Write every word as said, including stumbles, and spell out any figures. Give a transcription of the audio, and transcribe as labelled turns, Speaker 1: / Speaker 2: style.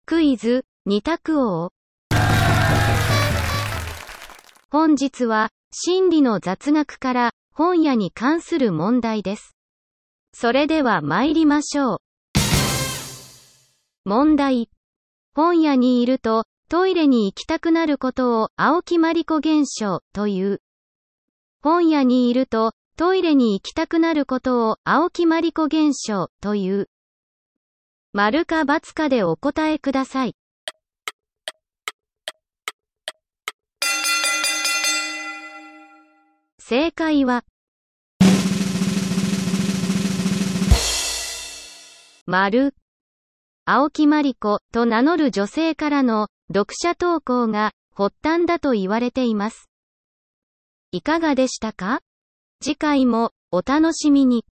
Speaker 1: クイズ、二択王。本日は、心理の雑学から本屋に関する問題です。それでは参りましょう。問題。本屋にいると、トイレに行きたくなることを青木まりこ現象という。本屋にいると、トイレに行きたくなることを青木まりこ現象という。丸か×かでお答えください。正解は、丸。青木まりこと名乗る女性からの読者投稿が発端だと言われています。いかがでしたか？次回もお楽しみに。